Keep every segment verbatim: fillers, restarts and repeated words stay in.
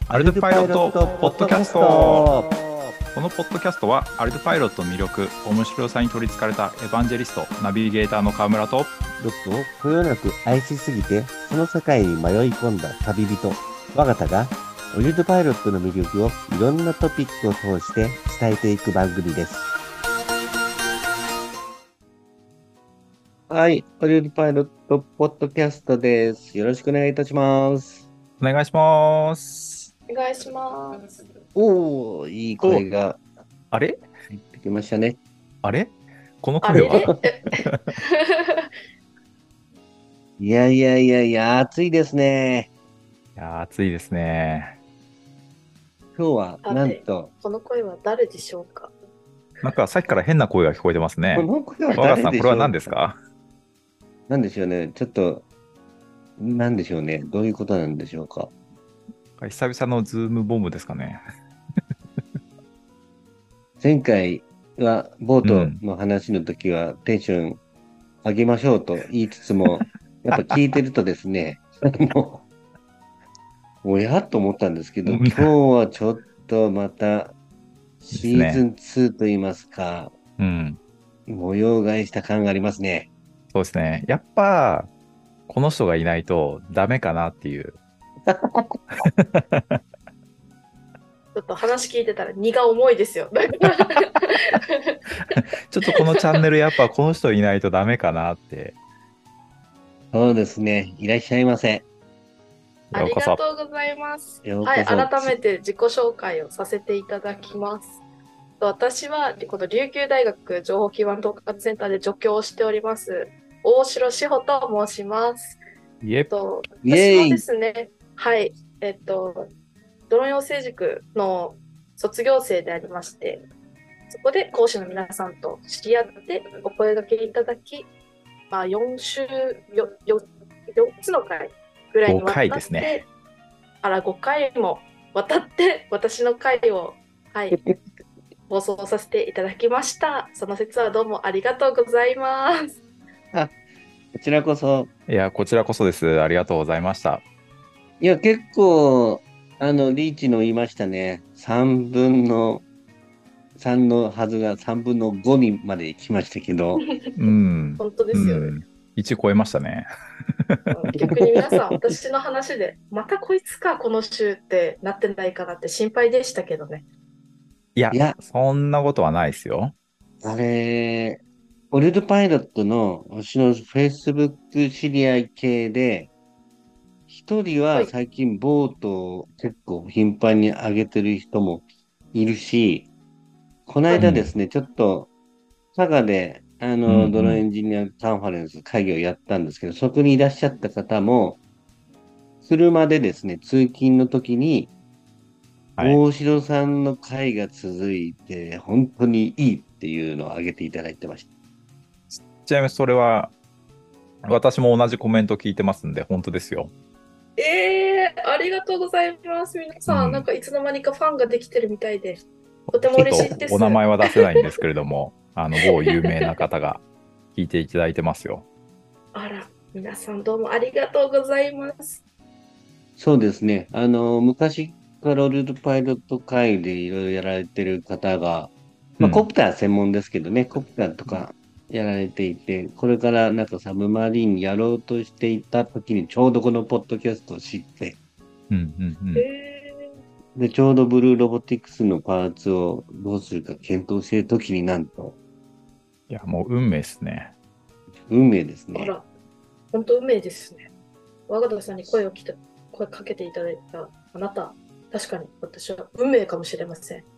アルドパイロットポッドキャスト。このポッドキャストはアルドパイロットの魅力、面白さに取りつかれたエヴァンジェリスト、ナビゲーターの川村とロックをこよなく愛しすぎてその世界に迷い込んだ旅人我が田がアルドパイロットの魅力をいろんなトピックを通して伝えていく番組です。はい、アルドパイロットポッドキャストです。よろしくお願いいたします。 お願いします。 お願いします。 おー、いい声があれ入ってきましたね。 あれこの声はいやいやいやいや、暑いですね。 いや暑いですね。 今日はなんとこの声は誰でしょうか。 なんかさっきから変な声が聞こえてますね。 この声は我がさん、 誰でしょうか。 これは何ですか？ なんでしょうね。ちょっと、なんでしょうね。どういうことなんでしょうか。 久々のズームボムですかね。 前回はボートの話の時はテンション上げましょうと言いつつも、やっぱ聞いてるとですね、もう、おやと思ったんですけど、 うん今日はちょっとまたシーズンツーと言いますか、 うん。 模様替えした感がありますね。 そうですね。やっぱ、この人がいないとダメかなっていう。 ちょっと話聞いてたら荷が重いですよ。 ちょっとこのチャンネルやっぱこの人いないとダメかなって。 そうですね。いらっしゃいませ。 ありがとうございます。 ようこそ。 はい、改めて自己紹介をさせていただきます。私はこの琉球大学情報基盤統括センターで助教をしております大城志保と申します。 イエッと私はですね、はい、えっとドローン養成塾の卒業生でありまして、そこで講師の皆さんと知り合ってお声掛けいただき、まあ、よん週 よ, よ, よっつの回ぐらいにわたって、 ですね、 あらごかいもわたって私の回を、はい、放送させていただきました。その説はどうもありがとうございます。 あ、こちらこそ。 いや、こちらこそです。ありがとうございました。 いや、結構、あの、リーチの言いましたね。さんぶんのさんのはずがさんぶんのごにまで行きましたけど。 うん。 本当ですよね。うん、 いち超えましたね。 逆に皆さん、私の話で、またこいつか、この週ってなってないかなって心配でしたけどね。 いや、いやそんなことはないですよ。 あれ、オルドパイロットの私の Facebook 知り合い系で、一人は最近ボートを結構頻繁に上げてる人もいるし、この間ですね、うん、ちょっと佐賀であの、うんうん、ドローンエンジニアカンファレンス会議をやったんですけど、そこにいらっしゃった方も、車でですね、通勤の時に、はい、大城さんの会が続いて、本当にいいっていうのを挙げていただいてました。 ちなみにそれは、私も同じコメント聞いてますんで、本当ですよ。 えー、ありがとうございます。皆さん、うん、なんかいつの間にかファンができてるみたいで、とても嬉しいです。 お名前は出せないんですけれども、あの某有名な方が聞いていただいてますよ。 あら、皆さんどうもありがとうございます。 そうですね。あの、昔からオルドパイロット会でいろいろやられてる方が、まあ、コプター専門ですけどね、うん、コプターとかやられていて、これからなんかサブマリンやろうとしていた時にちょうどこのポッドキャストを知って、 うんうんうん、 で、ちょうどブルーロボティクスのパーツをどうするか検討している時になんと。 いや、もう運命ですね。 運命ですね。 あら、本当運命ですね。我が田さんに声をきた声かけていただいたあなた、確かに私は運命かもしれません。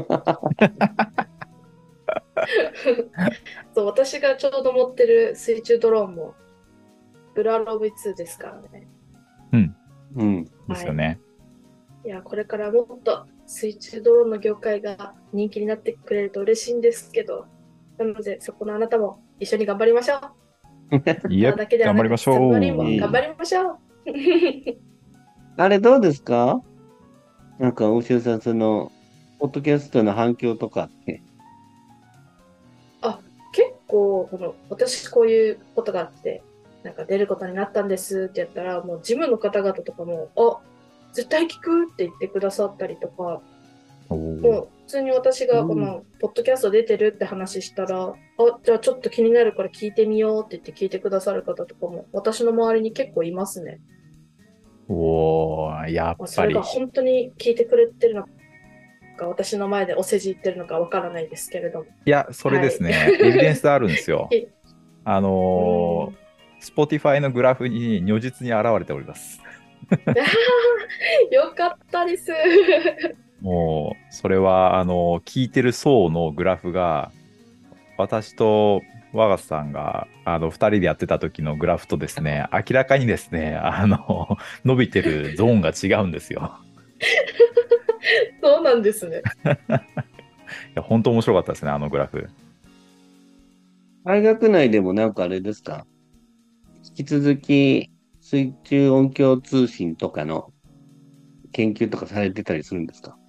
そう私がちょうど持ってる水中ドローンもブラロブイツーですからね。 うん。 うん。 ですよね。 いや、これからもっと水中ドローンの業界が人気になってくれると嬉しいんですけど、なのでそこのあなたも一緒に頑張りましょう。 いや、頑張りましょう。 頑張りましょう。 あれどうですか？なんか大城さん、そのポッドキャストの反響とかって。 あ、結構この私こういうことがあってなんか出ることになったんですってやったら、もう事務の方々とかもあ絶対聞くって言ってくださったりとか、 おもーう普通に私がこのポッドキャスト出てるって話したら、あ、じゃあちょっと気になるから聞いてみようって言って聞いてくださる方とかも私の周りに結構いますね。 おー、やっまあそぱり。 れが本当に聞いてくれてるのか、私の前でお世辞言ってるのかわからないですけれども。 いや、それですね、 はいエビデンスあるんですよ。 いあのうんー、Spotify のグラフに如実に現れております。 よかったです。 もう、それは、あのー聞いてる層のグラフが、私と我がさんが、あの、二人でやってた時のグラフとですね、明らかにですね、あの、伸びてるゾーンが違うんですよ。 そうなんですね。 いや、本当面白かったですね、あのグラフ。 大学内でもなんかあれですか？引き続き水中音響通信とかの研究とかされてたりするんですか？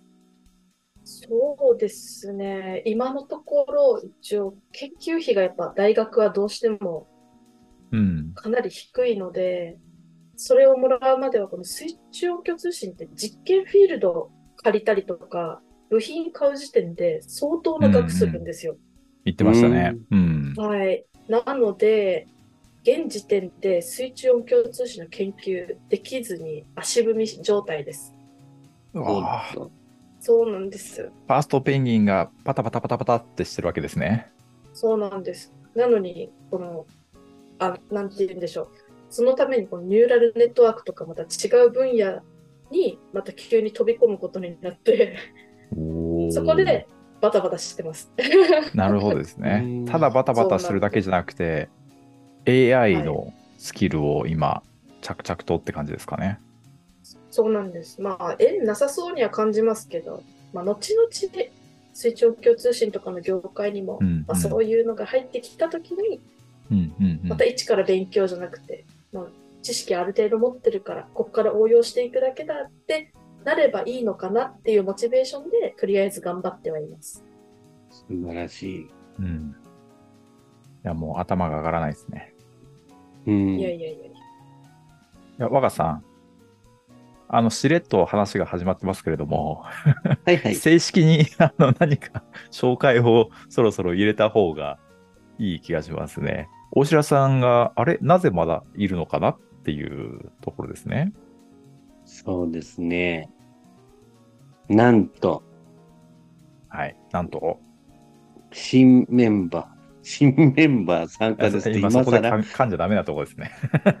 そうですね。今のところ、一応、研究費がやっぱ大学はどうしてもうん。 かなり低いので、それをもらうまでは、この水中音響通信って実験フィールドを借りたりとか、部品買う時点で相当うんうな額するんん。 ですよ。 言ってましたね。うん。 はい。なので、現時点で水中音響通信の研究できずに足踏み状態です。 うそうわーそうそうなんです。 ファーストペンギンがパタパタパタパタってしてるわけですね。 そうなんです。なのに、この、あ、なんて言うんでしょう。そのためにこのニューラルネットワークとかまた違う分野にまた急に飛び込むことになって、 おーそこでバタバタしてます。 なるほどですうね。 んただバタバタするだけじゃなくて、エーアイはいのスキルを今、着々とって感じですかね。 そうなんです。まあ、縁なさそうには感じますけど、まあ、後々で水中音響通信とかの業界にも、 うんうんまあ、そういうのが入ってきたときに、 うんうんうんまた一から勉強じゃなくて、まあ、知識ある程度持ってるから、ここから応用していくだけだってなればいいのかなっていうモチベーションで、とりあえず頑張ってはいます。 素晴らしい。 うん。いや、もう頭が上がらないですね。 うんいやいやいやいや。 いや、若さん、あの、しれっと話が始まってますけれども、 はいはい。 正式にあの何か紹介をそろそろ入れた方がいい気がしますね。大白さんが、あれ、なぜまだいるのかなっていうところですね。 そうですね。なんと、 はい。なんと、 新メンバー、新メンバー参加ですって今そ今更。 こで噛噛んじゃダメなところですね。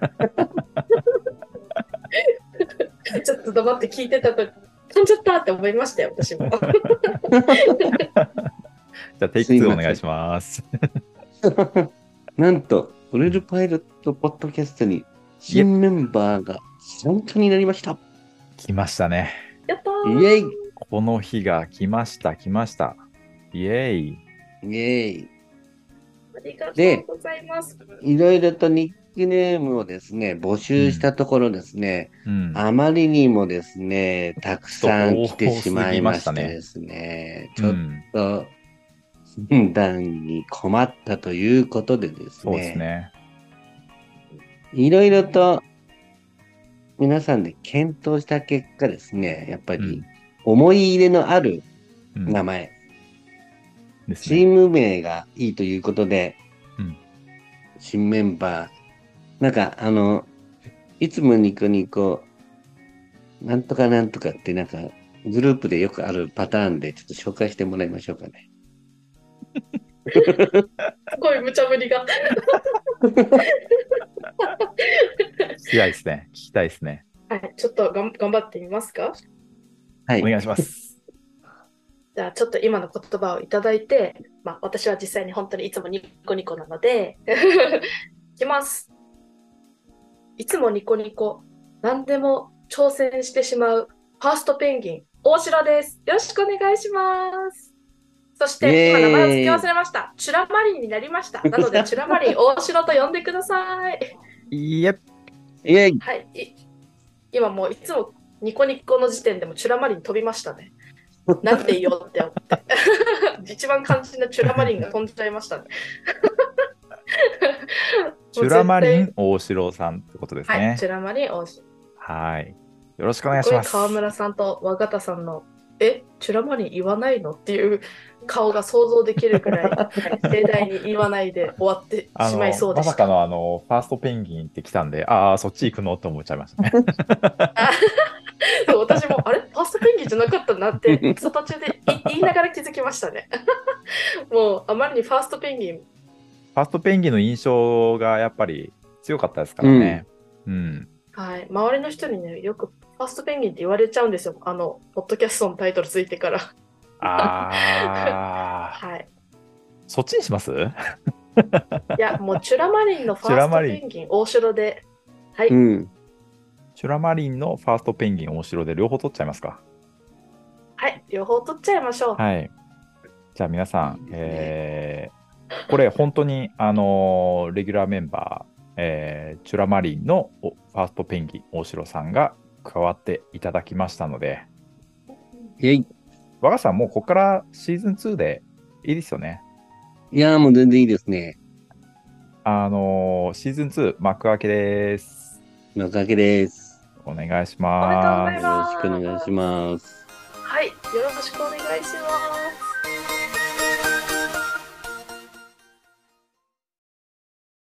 ちょっと黙って聞いてたと、噛んじゃったって思いましたよ、私も。 じゃあ、テイクツーお願いします。 なんと、オレルパイロットポッドキャストに新メンバーが参加になりました。 来ましたね。 やったイーェイこの日が来ました、来ました。イエーイ。 イェイありがとでうございます。 いろいろとニックネームをですね、募集したところですね、 うん。 あまりにもですね、たくさん来てしまいまして多すぎましたねですね、ちょっうん、 と、判断に困ったということでですそうですね、 ね。 いろいろと皆さんで検討した結果ですね、やっぱうんり思い入れのあるうん名前、 ですね。 チーム名がいいということで、 うん新メンバー、なんかあの、いつもニコニコ、なんとかなんとかってなんかグループでよくあるパターンでちょっと紹介してもらいましょうかね。 すごい無茶ぶりが。 聞きたいですね。聞きたいですね。 はい、ちょっとがん頑張ってみますか。 はい。 お願いします。 じゃあちょっと今の言葉をいただいて、まあ私は実際に本当にいつもニコニコなので、いきます。いつもニコニコ、何でも挑戦してしまうファーストペンギン、大城です。よろしくお願いします。そしイエーイて今名前を付け忘れました。チュラマリンになりました。なのでチュラマリン大城と呼んでください。 いえ、 イェイはい。い今もういつもニコニコの時点でもチュラマリン飛びましたね。なんて言おうって思って。一番肝心なチュラマリンが飛んじゃいましたね。 チュラマリン大城さんってことですはい、 ねチ。ュラマリン大城。 はい。 よろしくお願いすごいします。 川村さんと和形さんの、え、チュラマリン言わないのっていう顔が想像できるくらい、はい、盛大に言わないで終わってあしまいの、 そうでした。 まさかのあの、ファーストペンギンって来たんで、ああ、そっち行くのって思っちゃいましたね。 あそう私も、あれファーストペンギンじゃなかったなって、途中でい言いながら気づきましたね。もう、あまりにファーストペンギン、 ファーストペンギンの印象がやっぱり強かったですからね。うん。 はい、周りの人にね、よくファーストペンギンって言われちゃうんですよ。あの、ポッドキャストのタイトルついてから。 ああ、 はい。 そっちにします？ いや、もうチュラマリンのフチュァーストラマリンペンギン、大城で。はい。 うん。 チュラマリンのファーストペンギン大城で両方取っちゃいますか。 はい。両方取っちゃいましょう。 はい。じゃあ皆さん、 いいですねえーこれ本当に、あのーレギュラーメンバー、えーチュラマリンのおファーストペンギン大城さんが加わっていただきましたので、 イェイ。 我がさんもうここからシーズンツーでいいですよね。 いやーもう全然いいですね。 あのーシーズンツー幕開けです。 おかけです。 お願いしおめでとうございます。 よろしくお願いします。 はい。よろしくお願いします。